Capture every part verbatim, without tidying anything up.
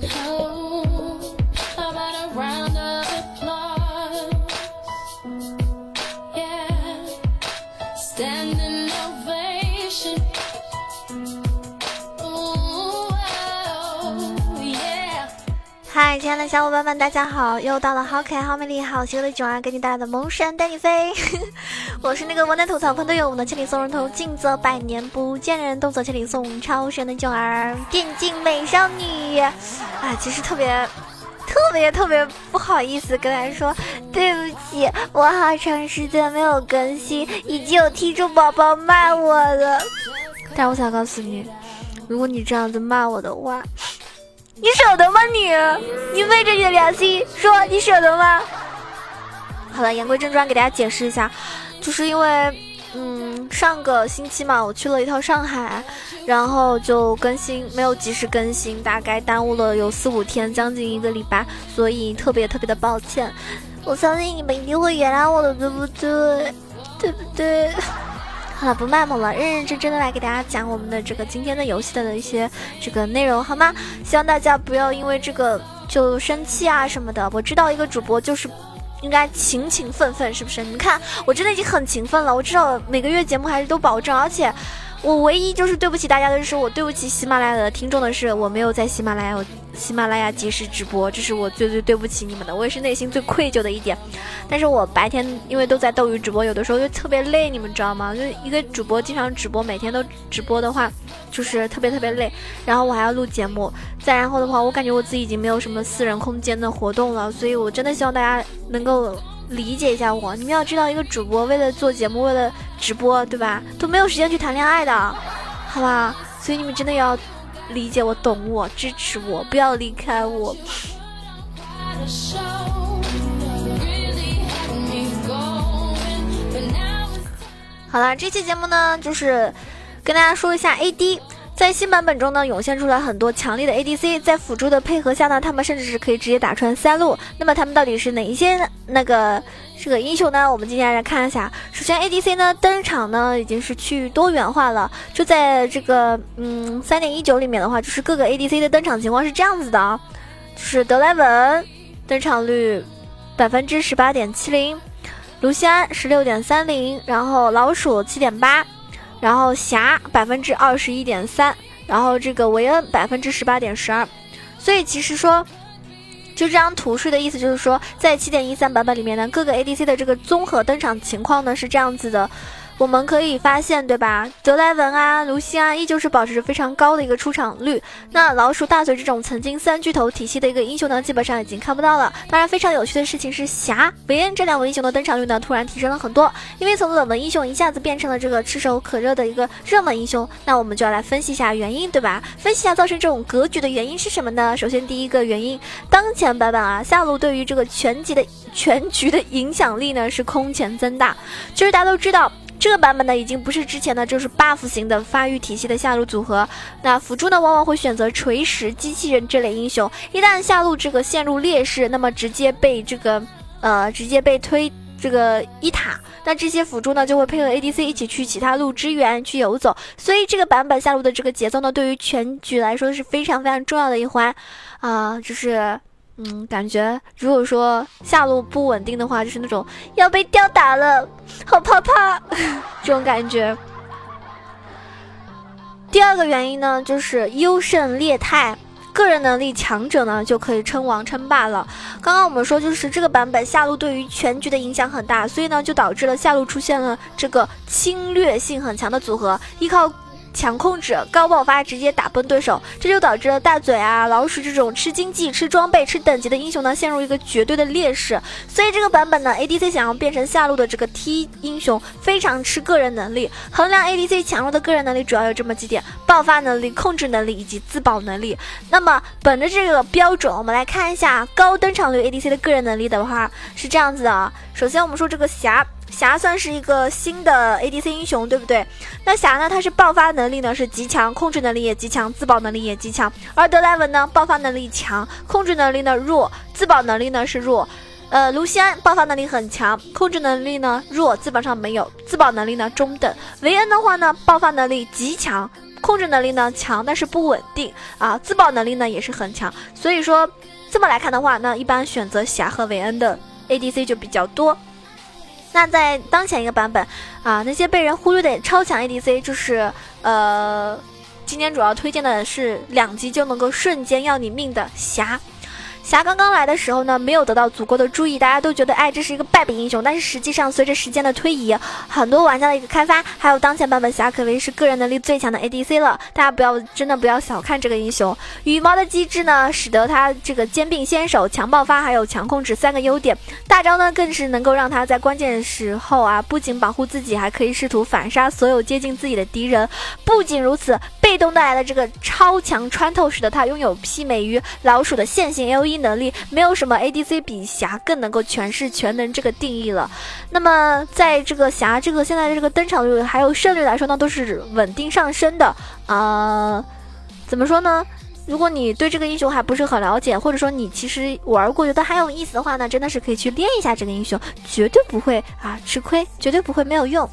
嗨，亲爱的小伙伴们，大家好！又到了好可爱、好美丽、好邪恶的囧儿给你带来的萌山带你飞。我是那个我能吐槽喷队友的千里送人头，近则百年不见人，动则千里送超神的囧儿，电竞美少女。啊，其实特别。特别特别不好意思跟大家说对不起，我好长时间没有更新，已经有听众宝宝骂我了。但我想告诉你，如果你这样子骂我的话，你舍得吗你？你昧着你的良心说你舍得吗？好了，言归正传，给大家解释一下，就是因为嗯，上个星期嘛，我去了一趟上海，然后就更新没有及时更新，大概耽误了有四五天，将近一个礼拜，所以特别特别的抱歉。我相信你们一定会原谅我的，对不对？对不对？好了，不卖萌了，认认真真的来给大家讲我们的这个今天的游戏的一些这个内容，好吗？希望大家不要因为这个就生气啊什么的。我知道一个主播就是应该勤勤奋奋，是不是？你看我真的已经很勤奋了，我至少每个月节目还是都保证，而且我唯一就是对不起大家的是，我对不起喜马拉雅的听众的是，我没有在喜马拉雅我喜马拉雅及时直播，这是我最最对不起你们的，我也是内心最愧疚的一点。但是我白天因为都在斗鱼直播，有的时候就特别累，你们知道吗？就一个主播经常直播，每天都直播的话就是特别特别累，然后我还要录节目，再然后的话我感觉我自己已经没有什么私人空间的活动了，所以我真的希望大家能够理解一下我。你们要知道，一个主播为了做节目，为了直播，对吧，都没有时间去谈恋爱的，好吧？所以你们真的要理解我，懂我，支持我，不要离开我。好了，这期节目呢，就是跟大家说一下 A D。在新版本中呢，涌现出来很多强力的 A D C， 在辅助的配合下呢，他们甚至是可以直接打穿三路。那么他们到底是哪一些那个这个英雄呢？我们今天来看一下。首先 A D C 呢登场呢已经是趋于多元化了，就在这个嗯 三点一九 里面的话，就是各个 A D C 的登场情况是这样子的啊，就是德莱文登场率 百分之十八点七零， 卢锡安 十六点三零， 然后老鼠 七点八，然后霞 百分之二十一点三， 然后这个维恩 百分之十八点十二。 所以其实说就这张图示的意思就是说，在 七点一三 版本里面呢，各个 A D C 的这个综合登场情况呢是这样子的。我们可以发现，对吧，德莱文啊、卢锡安依旧是保持着非常高的一个出场率。那老鼠、大嘴这种曾经三巨头体系的一个英雄呢，基本上已经看不到了。当然非常有趣的事情是，霞、维恩这两位英雄的登场率呢突然提升了很多，因为从冷门英雄一下子变成了这个炙手可热的一个热门英雄。那我们就要来分析一下原因，对吧？分析一下造成这种格局的原因是什么呢？首先第一个原因，当前版本啊，下路对于这个全局的全局的影响力呢是空前增大。就是大家都知道，这个版本呢已经不是之前的就是 buff 型的发育体系的下路组合，那辅助呢往往会选择锤石、机器人这类英雄。一旦下路这个陷入劣势，那么直接被这个呃直接被推这个一塔，那这些辅助呢就会配合 A D C 一起去其他路支援去游走。所以这个版本下路的这个节奏呢，对于全局来说是非常非常重要的一环啊、呃，就是嗯，感觉如果说下路不稳定的话，就是那种要被吊打了，好怕怕这种感觉。第二个原因呢，就是优胜劣汰，个人能力强者呢就可以称王称霸了。刚刚我们说，就是这个版本下路对于全局的影响很大，所以呢就导致了下路出现了这个侵略性很强的组合，依靠强控制高爆发直接打崩对手，这就导致了大嘴啊、老鼠这种吃经济、吃装备、吃等级的英雄呢陷入一个绝对的劣势。所以这个版本呢 A D C 想要变成下路的这个 T 英雄，非常吃个人能力。衡量 A D C 强弱的个人能力主要有这么几点：爆发能力、控制能力以及自保能力。那么本着这个标准，我们来看一下高登场率 A D C 的个人能力的话是这样子的啊。首先我们说这个霞霞算是一个新的 A D C 英雄，对不对？那霞呢，它是爆发能力呢是极强，控制能力也极强，自保能力也极强。而德莱文呢，爆发能力强，控制能力呢弱，自保能力呢是弱。呃，卢锡安爆发能力很强，控制能力呢弱，基本上没有，自保能力呢中等。维恩的话呢，爆发能力极强， 控制能力呢强，但是不稳定啊，自保能力呢也是很强。所以说这么来看的话，那一般选择霞和韦恩的 A D C 就比较多。那在当前一个版本啊，那些被人忽略的超强 A D C 就是呃，今天主要推荐的是两级就能够瞬间要你命的霞。霞刚刚来的时候呢，没有得到足够的注意，大家都觉得哎这是一个败笔英雄，但是实际上随着时间的推移，很多玩家的一个开发，还有当前版本霞可谓是个人能力最强的 A D C 了，大家不要真的不要小看这个英雄。羽毛的机制呢，使得他这个兼并先手、强爆发还有强控制三个优点，大招呢更是能够让他在关键时候啊，不仅保护自己，还可以试图反杀所有接近自己的敌人。不仅如此，被动带来的这个超强穿透，使得他拥有媲美于老鼠的线性 A O E能力，没有什么 A D C 比霞更能够诠释全能这个定义了。那么在这个霞这个现在的这个登场率还有胜率来说呢，都是稳定上升的。呃，怎么说呢？如果你对这个英雄还不是很了解，或者说你其实玩过觉得还有意思的话呢，真的是可以去练一下这个英雄，绝对不会啊吃亏，绝对不会没有用。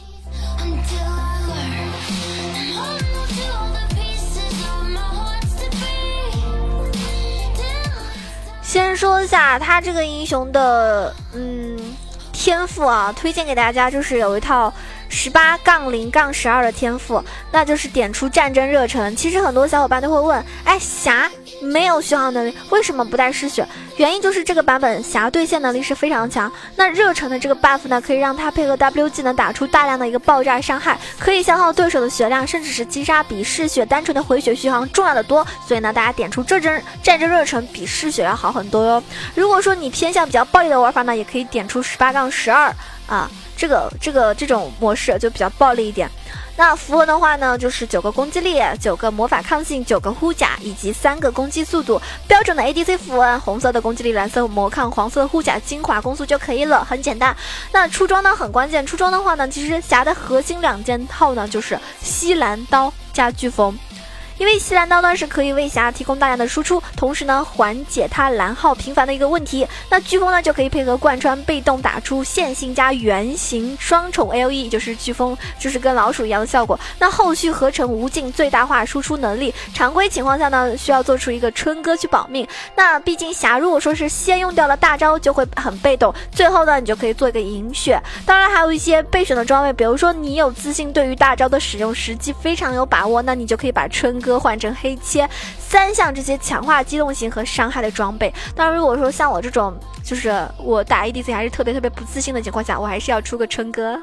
先说一下他这个英雄的嗯天赋啊，推荐给大家就是有一套十八杠零杠十二的天赋，那就是点出战争热忱。其实很多小伙伴都会问，哎，霞没有续航能力，为什么不带嗜血？原因就是这个版本霞对线能力是非常强，那热忱的这个 buff 呢，可以让它配合 W 技能打出大量的一个爆炸伤害，可以消耗对手的血量，甚至是击杀，比嗜血单纯的回血续航重要的多。所以呢，大家点出战争战争热忱比嗜血要好很多哟。如果说你偏向比较暴力的玩法呢，也可以点出十八杠十二啊。这个这个这种模式就比较暴力一点。那符文的话呢，就是九个攻击力，九个魔法抗性，九个护甲，以及三个攻击速度。标准的 A D C 符文，红色的攻击力，蓝色魔抗，黄色的护甲，精华攻速就可以了，很简单。那出装呢很关键，出装的话呢，其实霞的核心两件套呢就是西兰刀加飓风。因为西兰刀呢是可以为霞提供大量的输出，同时呢缓解它蓝耗频繁的一个问题。那飓风呢就可以配合贯穿被动打出线性加圆形双重 A O E， 就是飓风就是跟老鼠一样的效果。那后续合成无尽最大化输出能力，常规情况下呢需要做出一个春歌去保命。那毕竟霞如果说是先用掉了大招就会很被动，最后呢你就可以做一个银血。当然还有一些备选的装备，比如说你有自信对于大招的使用时机非常有把握，那你就可以把春歌换成黑切，三项这些强化机动性和伤害的装备。当然如果说像我这种就是我打 A D C 还是特别特别不自信的情况下，我还是要出个春歌。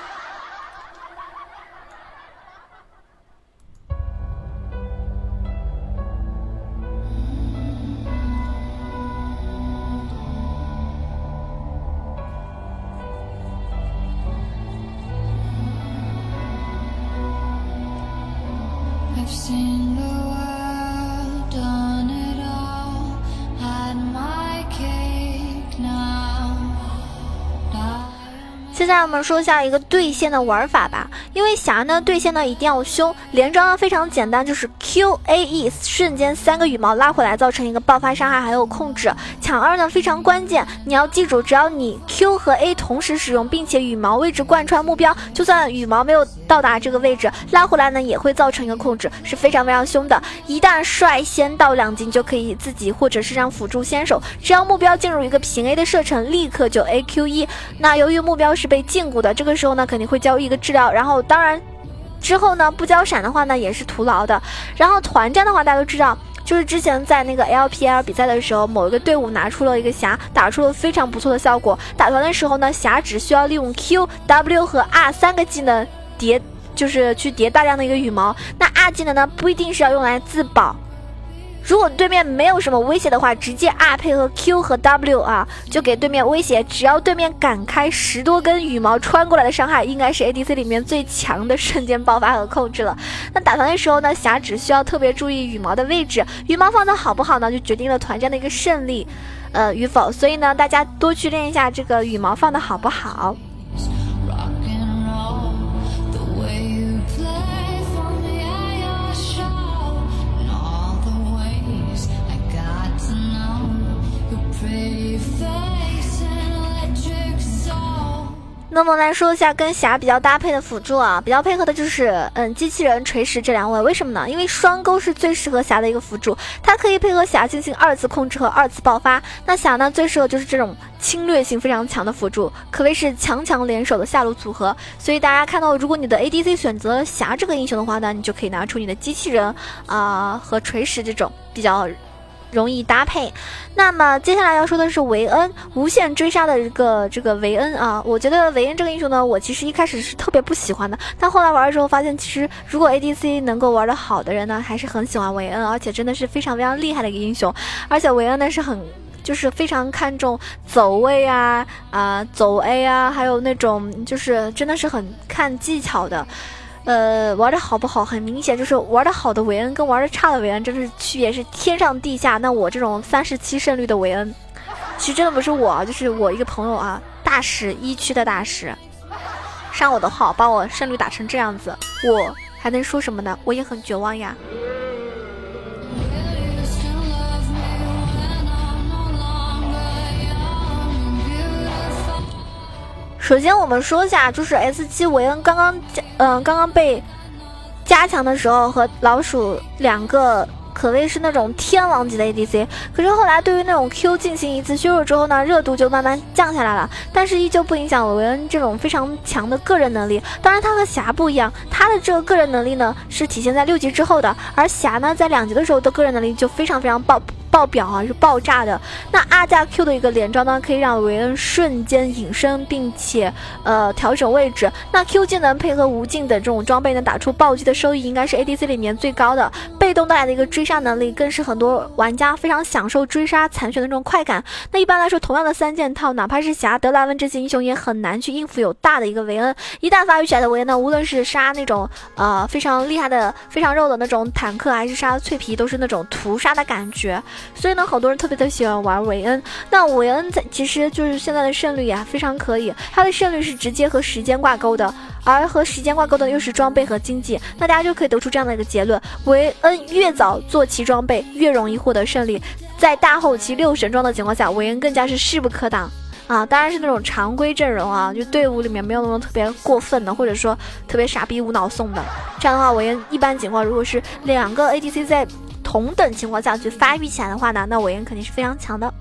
I've seen the world, done it all, had my cake now. 接下来我们说一下一个对线的玩法吧。因为霞呢对线呢一定要凶，连招呢非常简单，就是 Q A E 瞬间三个羽毛拉回来，造成一个爆发伤害还有控制。抢二呢非常关键，你要记住，只要你 Q 和 A 同时使用，并且羽毛位置贯穿目标，就算羽毛没有到达这个位置，拉回来呢也会造成一个控制，是非常非常凶的。一旦率先到两级，就可以自己或者是让辅助先手，只要目标进入一个平 A 的射程，立刻就 A Q 一。那由于目标是被禁锢的，这个时候呢肯定会交一个治疗，然后当然之后呢不交闪的话呢也是徒劳的。然后团战的话大家都知道，就是之前在那个 L P L 比赛的时候，某一个队伍拿出了一个霞，打出了非常不错的效果。打团的时候呢，霞只需要利用 Q W 和 R 三个技能叠，就是去叠大量的一个羽毛。那 R 技能呢不一定是要用来自保，如果对面没有什么威胁的话，直接 R 配合 Q 和 W 啊，就给对面威胁。只要对面敢开十多根羽毛穿过来的伤害，应该是 A D C 里面最强的瞬间爆发和控制了。那打团的时候呢，霞只需要特别注意羽毛的位置，羽毛放的好不好呢，就决定了团战的一个胜利，呃与否。所以呢，大家多去练一下这个羽毛放的好不好。 那么来说一下跟霞比较搭配的辅助啊，比较配合的就是嗯机器人、锤石这两位。为什么呢？因为双钩是最适合霞的一个辅助，它可以配合霞进行二次控制和二次爆发。那霞呢最适合就是这种侵略性非常强的辅助，可谓是强强联手的下路组合。所以大家看到，如果你的 A D C 选择霞这个英雄的话呢，你就可以拿出你的机器人啊、呃、和锤石这种比较容易搭配。那么接下来要说的是维恩，无限追杀的一个这个维恩啊，我觉得维恩这个英雄呢，我其实一开始是特别不喜欢的，但后来玩的时候发现，其实如果 A D C 能够玩得好的人呢，还是很喜欢维恩，而且真的是非常非常厉害的一个英雄。而且维恩呢是很就是非常看重走位啊啊、呃、走 A 啊，还有那种就是真的是很看技巧的。呃，玩的好不好，很明显就是玩的好的维恩跟玩的差的维恩，真的是区别是天上地下。那我这种三十七胜率的维恩，其实真的不是我，就是我一个朋友啊，大使一区的大使，上我的号把我胜率打成这样子，我还能说什么呢？我也很绝望呀。首先我们说一下，就是 S 七 维恩刚刚嗯、呃、刚刚被加强的时候，和老鼠两个可谓是那种天王级的 A D C， 可是后来对于那种 Q 进行一次削弱之后呢，热度就慢慢降下来了，但是依旧不影响维恩这种非常强的个人能力。当然他和霞不一样，他的这个个人能力呢是体现在六级之后的，而霞呢在两级的时候的个人能力就非常非常爆爆表啊，是爆炸的。那 A 加 Q 的一个连招呢，可以让维恩瞬间隐身，并且呃调整位置。那 Q 技能配合无尽等这种装备呢，打出暴击的收益应该是 A D C 里面最高的。被动带来的一个追杀能力，更是很多玩家非常享受追杀残血的那种快感。那一般来说，同样的三件套，哪怕是霞、德莱文这些英雄也很难去应付有大的一个维恩。一旦发育起来的维恩呢，无论是杀那种呃非常厉害的、非常肉的那种坦克，还是杀脆皮，都是那种屠杀的感觉。所以呢，好多人特别的喜欢玩维恩。那维恩在其实就是现在的胜率也非常可以，它的胜率是直接和时间挂钩的，而和时间挂钩的又是装备和经济。那大家就可以得出这样的一个结论：维恩越早做齐装备，越容易获得胜利。在大后期六神装的情况下，维恩更加是势不可挡。啊，当然是那种常规阵容啊，就队伍里面没有那种特别过分的，或者说特别傻逼无脑送的。这样的话，维恩一般情况，如果是两个 A D C 在同等情况下去发育起来的话呢，那维恩肯定是非常强的。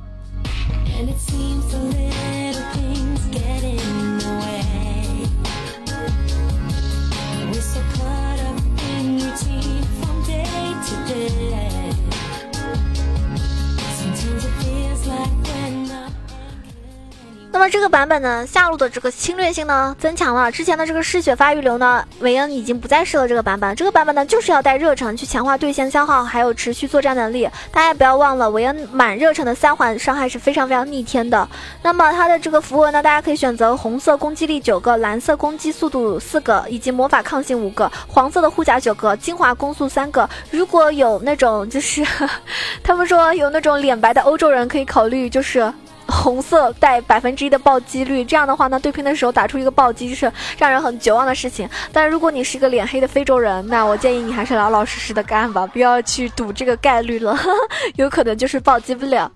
那么这个版本呢，下路的这个侵略性呢增强了。之前的这个嗜血发育流呢，维恩已经不再适合这个版本。这个版本呢，就是要带热忱去强化对线消耗，还有持续作战能力。大家不要忘了，维恩满热忱的三环伤害是非常非常逆天的。那么它的这个符文呢，大家可以选择红色攻击力九个，蓝色攻击速度四个，以及魔法抗性五个，黄色的护甲九个，精华攻速三个。如果有那种就是他们说有那种脸白的欧洲人，可以考虑就是红色带百分之一的暴击率，这样的话呢，对拼的时候打出一个暴击是让人很绝望的事情。但如果你是一个脸黑的非洲人，那我建议你还是老老实实的干吧，不要去赌这个概率了，有可能就是暴击不了。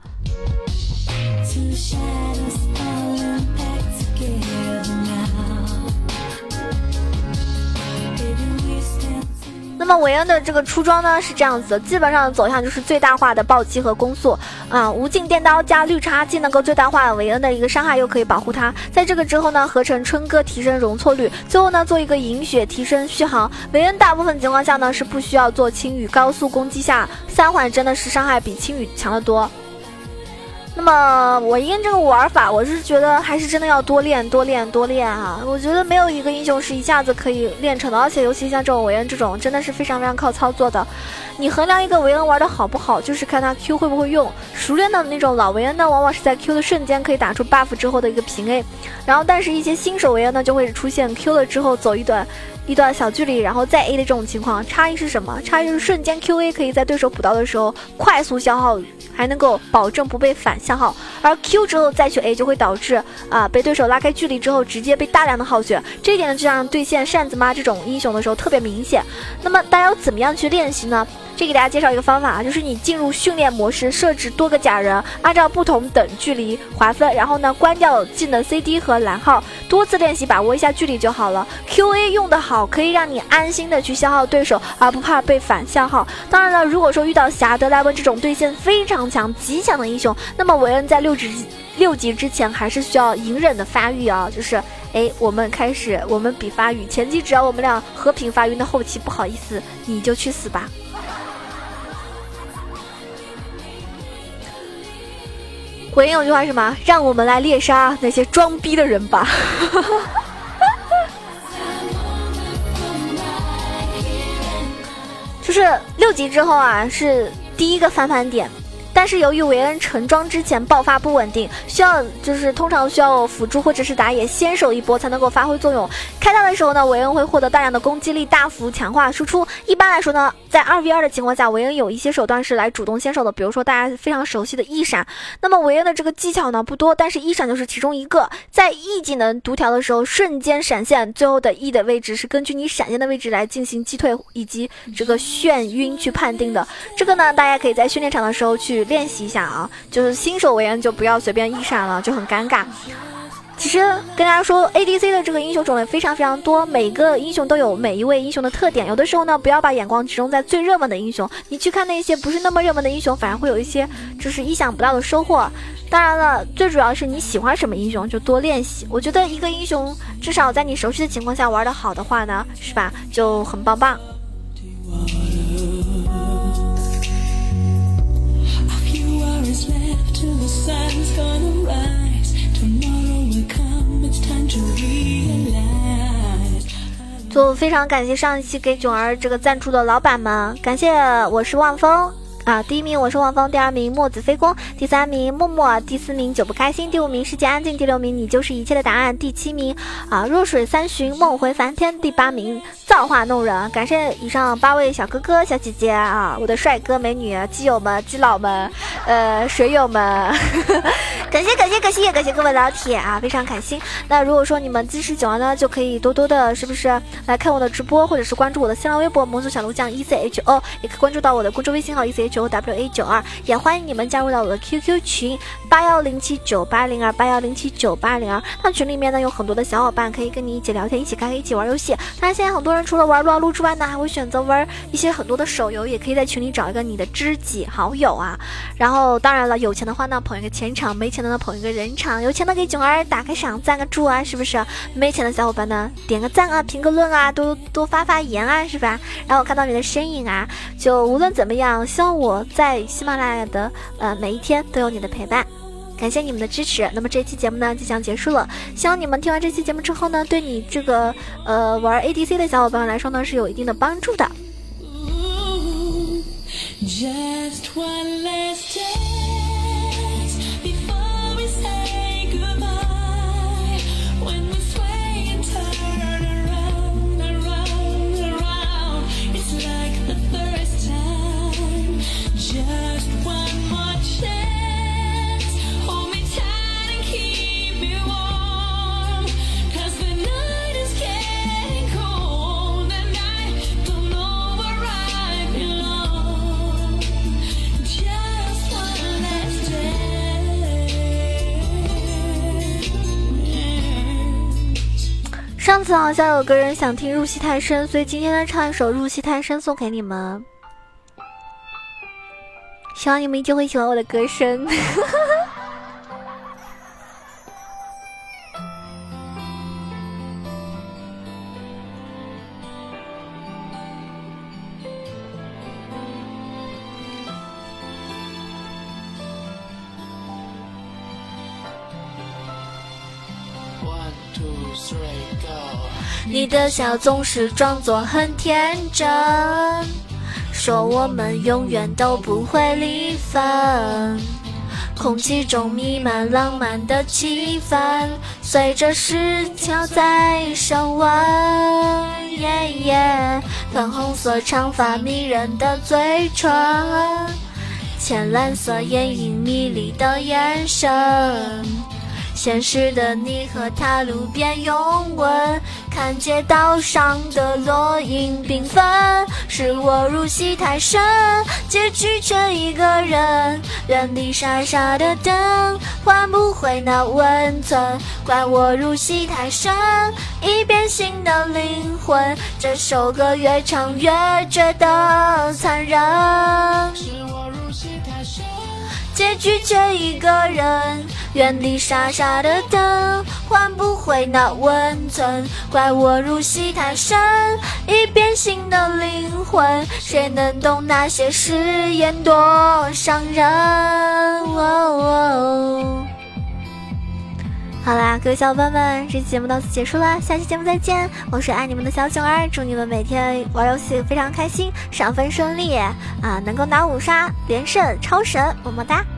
那么维恩的这个出装呢是这样子的，基本上走向就是最大化的暴击和攻速啊、嗯，无尽电刀加绿叉既能够最大化维恩的一个伤害，又可以保护它。在这个之后呢，合成春歌提升容错率，最后呢做一个银血提升续航。维恩大部分情况下呢是不需要做轻羽，高速攻击下三环真的是伤害比轻羽强得多。那么我因这个玩法，我是觉得还是真的要多练多练多练啊！我觉得没有一个英雄是一下子可以练成的，而且尤其像这种维恩这种，真的是非常非常靠操作的。你衡量一个维恩玩的好不好，就是看他 Q 会不会用。熟练的那种老维恩呢，往往是在 Q 的瞬间可以打出 buff 之后的一个平 A， 然后但是一些新手维恩呢，就会出现 Q 了之后走一段一段小距离，然后再 A 的这种情况。差异是什么？差异就是瞬间 Q A 可以在对手补刀的时候快速消耗，还能够保证不被反消耗，而 Q 之后再去 A 就会导致啊被对手拉开距离之后直接被大量的耗血。这一点呢，就让对线扇子妈这种英雄的时候特别明显。那么大家要怎么样去练习呢？ 这给大家介绍一个方法啊，就是你进入训练模式，设置多个假人，按照不同等距离划分，然后呢关掉技能 C D 和蓝号，多次练习把握一下距离就好了。 Q A 用得好，可以让你安心的去消耗对手，而不怕被反消耗。当然了，如果说遇到霞德莱文这种对线非常强极强的英雄，那么韦恩在六级六级之前还是需要隐忍的发育啊，就是哎，我们开始我们比发育，前期只要我们俩和平发育，那后期不好意思你就去死吧。韦恩有句话是什么？让我们来猎杀那些装逼的人吧。就是六级之后啊，是第一个翻盘点。但是由于韦恩成装之前爆发不稳定，需要就是通常需要辅助或者是打野先手一波才能够发挥作用。开大的时候呢，韦恩会获得大量的攻击力，大幅强化输出。一般来说呢，在 二 v 二 的情况下，韦恩有一些手段是来主动先手的，比如说大家非常熟悉的 E 闪。那么韦恩的这个技巧呢不多，但是 E 闪就是其中一个。在 E 技能读条的时候瞬间闪现，最后的 E 的位置是根据你闪现的位置来进行击退以及这个眩晕去判定的。这个呢大家可以在训练场的时候去练习一下啊，就是新手韦恩就不要随便一闪了，就很尴尬。其实跟大家说 A D C 的这个英雄种类非常非常多，每个英雄都有每一位英雄的特点，有的时候呢不要把眼光集中在最热门的英雄，你去看那些不是那么热门的英雄，反而会有一些就是意想不到的收获。当然了，最主要是你喜欢什么英雄就多练习，我觉得一个英雄至少在你熟悉的情况下玩得好的话呢，是吧，就很棒棒。就非常感谢上一期给囧儿这个赞助的老板们，感谢我是望风啊，第一名我是望风，第二名墨子飞宫，第三名默默，第四名久不开心，第五名世界安静，第六名你就是一切的答案，第七名啊弱水三巡梦回梵天，第八名造化弄人。感谢以上八位小哥哥小姐姐啊，我的帅哥美女基友们基佬们呃水友们感谢感谢感谢感谢各位老铁啊，非常开心。那如果说你们支持囧儿呢，就可以多多的是不是来看我的直播，或者是关注我的新浪微博萌族小鹿酱 E C H O， 也可以关注到我的公众微信号 E C H O W A 九二， 也欢迎你们加入到我的 Q Q 群八一零七九八零二八一零七九八零二。那群里面呢有很多的小伙伴可以跟你一起聊天，一起开黑，一起玩游戏。当然现在很多人除了玩撸啊撸之外呢，还会选择玩一些很多的手游，也可以在群里找一个你的知己好友啊。然后当然了，有钱的话呢捧一个钱场，没钱的呢捧一个人场，有钱的给囧儿打个赏赞个助啊，是不是？没钱的小伙伴呢点个赞啊，评个论啊，多多发发言啊，是吧？然后看到你的身影啊，就无论怎么样，希望我在喜马拉雅的呃每一天都有你的陪伴，感谢你们的支持。那么这期节目呢即将结束了，希望你们听完这期节目之后呢，对你这个呃玩 A D C 的小伙伴来说呢是有一定的帮助的。Just one last dance before we say goodbye. When we sway and turn around, around, around, it's like the first time. Just one more chance. Hold me tight and keep me warm. 'Cause the night is getting cold and I don't know where I belong. Just one last dance. 上次好像有个人想听入戏太深，所以今天呢唱一首入戏太深送给你们，希望你们一定会喜欢我的歌声。你的笑总是装作很天真，说我们永远都不会离分，空气中弥漫浪漫的气氛，随着时条在升温，耶耶，粉红色长发迷人的嘴唇，浅蓝色眼影迷离的眼神， 现实的你和他路边拥吻，看街道上的落英缤纷，是我入戏太深，结局却一个人，原地傻傻的等，换不回那温存，怪我入戏太深，已变心的灵魂，这首歌越唱越觉得残忍，是我入戏太深，结局却一个人，原地傻傻的等，换不回那温存，怪我入戏太深，已变心的灵魂，谁能懂那些誓言多伤人、哦哦、好啦，各位小伙伴们，这期节目到此结束啦，下期节目再见，我是爱你们的小囧儿，祝你们每天玩游戏非常开心，上分顺利啊，能够拿五杀连胜超神，么么哒。